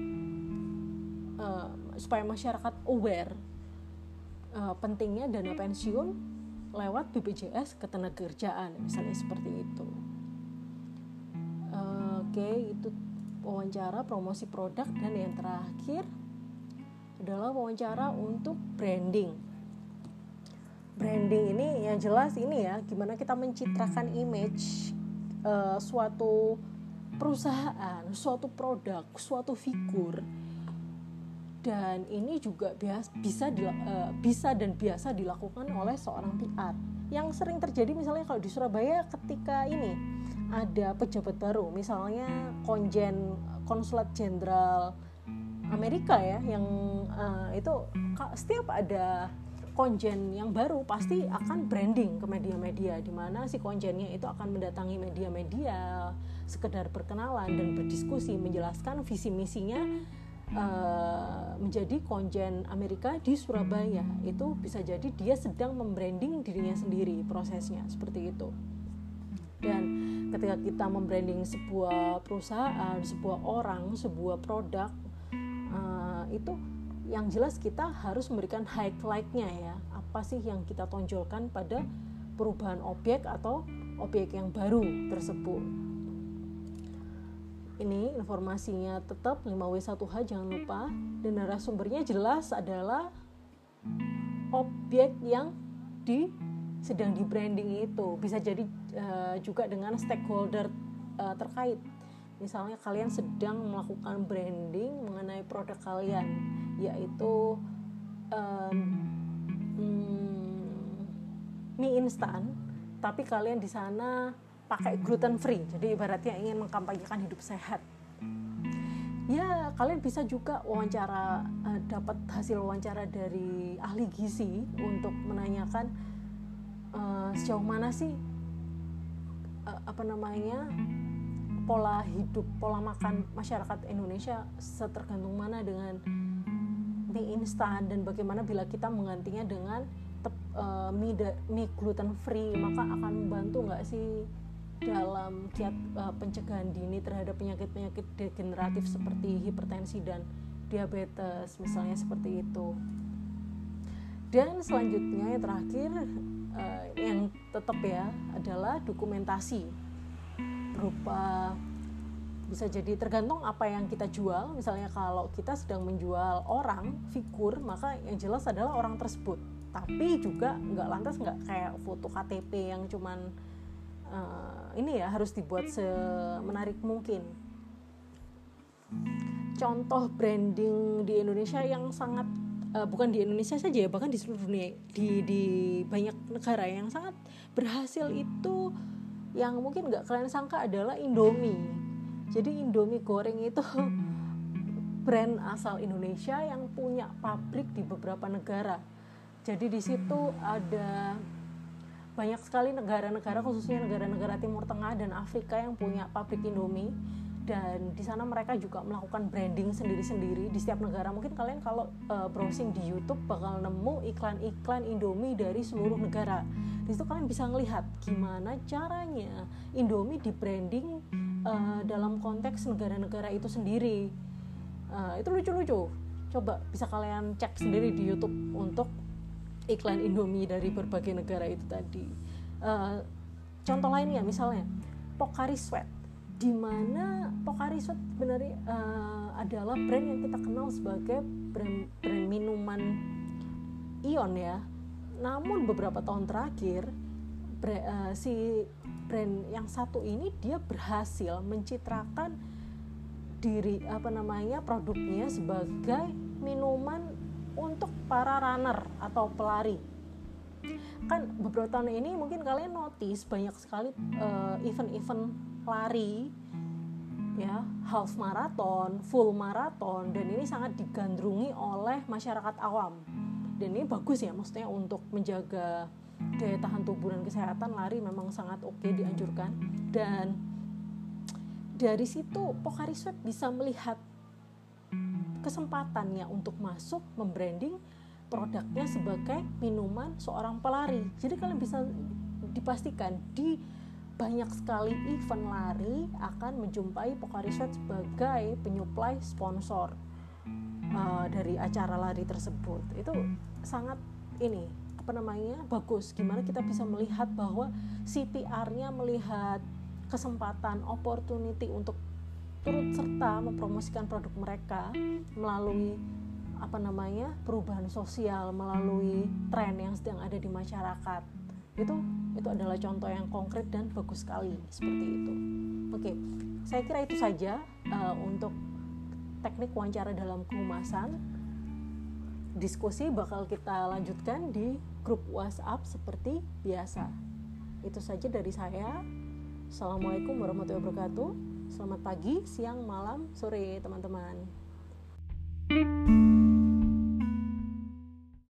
uh, supaya masyarakat aware uh, pentingnya dana pensiun lewat B P J S Ketenagakerjaan, misalnya seperti itu. Uh, Oke, okay, itu wawancara promosi produk. Dan yang terakhir adalah wawancara untuk branding. Branding ini yang jelas ini ya, gimana kita mencitrakan image uh, suatu perusahaan, suatu produk, suatu figur. Dan ini juga bias, bisa dila, uh, bisa dan biasa dilakukan oleh seorang P R. Yang sering terjadi misalnya kalau di Surabaya ketika ini ada pejabat baru, misalnya konjen konsulat jenderal Amerika ya, yang uh, itu setiap ada konjen yang baru pasti akan branding ke media-media, di mana si konjennya itu akan mendatangi media-media sekedar berkenalan dan berdiskusi menjelaskan visi misinya uh, menjadi konjen Amerika di Surabaya. Itu bisa jadi dia sedang membranding dirinya sendiri, prosesnya seperti itu. Dan ketika kita membranding sebuah perusahaan, sebuah orang, sebuah produk, uh, itu yang jelas kita harus memberikan highlight-nya ya. Apa sih yang kita tonjolkan pada perubahan objek atau objek yang baru tersebut. Ini informasinya tetap lima W satu H, jangan lupa. Dan narasumbernya jelas adalah objek yang di sedang di branding itu. Bisa jadi uh, juga dengan stakeholder uh, terkait. Misalnya kalian sedang melakukan branding mengenai produk kalian, yaitu um, hmm, mie instan, tapi kalian di sana pakai gluten free. Jadi ibaratnya ingin mengkampanyekan hidup sehat. Ya, kalian bisa juga wawancara, uh, dapat hasil wawancara dari ahli gizi untuk menanyakan uh, sejauh mana sih uh, apa namanya pola hidup, pola makan masyarakat Indonesia setergantung mana dengan mie instan, dan bagaimana bila kita menggantinya dengan tep, uh, mie, da, mie gluten free, maka akan membantu nggak sih dalam kiat uh, pencegahan dini terhadap penyakit-penyakit degeneratif seperti hipertensi dan diabetes, misalnya seperti itu. Dan selanjutnya yang terakhir uh, yang tetap ya adalah dokumentasi, berupa bisa jadi tergantung apa yang kita jual. Misalnya kalau kita sedang menjual orang, figur, maka yang jelas adalah orang tersebut. Tapi juga nggak lantas nggak kayak foto K T P yang cuman uh, ini ya harus dibuat semenarik mungkin. Contoh branding di Indonesia yang sangat uh, bukan di Indonesia saja ya, bahkan di seluruh dunia, di di banyak negara yang sangat berhasil itu, yang mungkin nggak kalian sangka adalah Indomie. Jadi Indomie goreng itu brand asal Indonesia yang punya pabrik di beberapa negara. Jadi di situ ada banyak sekali negara-negara, khususnya negara-negara Timur Tengah dan Afrika yang punya pabrik Indomie. Dan di sana mereka juga melakukan branding sendiri-sendiri di setiap negara. Mungkin kalian kalau uh, browsing di YouTube bakal nemu iklan-iklan Indomie dari seluruh negara. Di situ kalian bisa melihat gimana caranya Indomie di branding uh, dalam konteks negara-negara itu sendiri. Uh, itu lucu-lucu. Coba bisa kalian cek sendiri di YouTube untuk iklan Indomie dari berbagai negara itu tadi. Uh, contoh lainnya misalnya Pocari Sweat, di mana Pocari Sweat sebenarnya uh, adalah brand yang kita kenal sebagai brand, brand minuman ion ya. Namun beberapa tahun terakhir brand, uh, si brand yang satu ini dia berhasil mencitrakan diri apa namanya produknya sebagai minuman untuk para runner atau pelari. Kan beberapa tahun ini mungkin kalian notice banyak sekali uh, event-event lari, ya, half marathon, full marathon, dan ini sangat digandrungi oleh masyarakat awam. Dan ini bagus ya, maksudnya untuk menjaga daya tahan tubuh dan kesehatan, lari memang sangat oke, dianjurkan. Dan dari situ Pocari Sweat bisa melihat kesempatannya untuk masuk membranding produknya sebagai minuman seorang pelari. Jadi kalian bisa dipastikan di banyak sekali event lari akan menjumpai Pocari Sweat sebagai penyuplai sponsor uh, dari acara lari tersebut. Itu sangat ini apa namanya bagus. Gimana kita bisa melihat bahwa C P R-nya melihat kesempatan, opportunity untuk turut serta mempromosikan produk mereka melalui apa namanya perubahan sosial, melalui tren yang sedang ada di masyarakat. Itu itu adalah contoh yang konkret dan bagus sekali seperti itu. Oke, saya kira itu saja uh, untuk teknik wawancara dalam kehumasan. Diskusi bakal kita lanjutkan di grup WhatsApp seperti biasa. Itu saja dari saya. Assalamualaikum warahmatullahi wabarakatuh. Selamat pagi, siang, malam, sore teman-teman.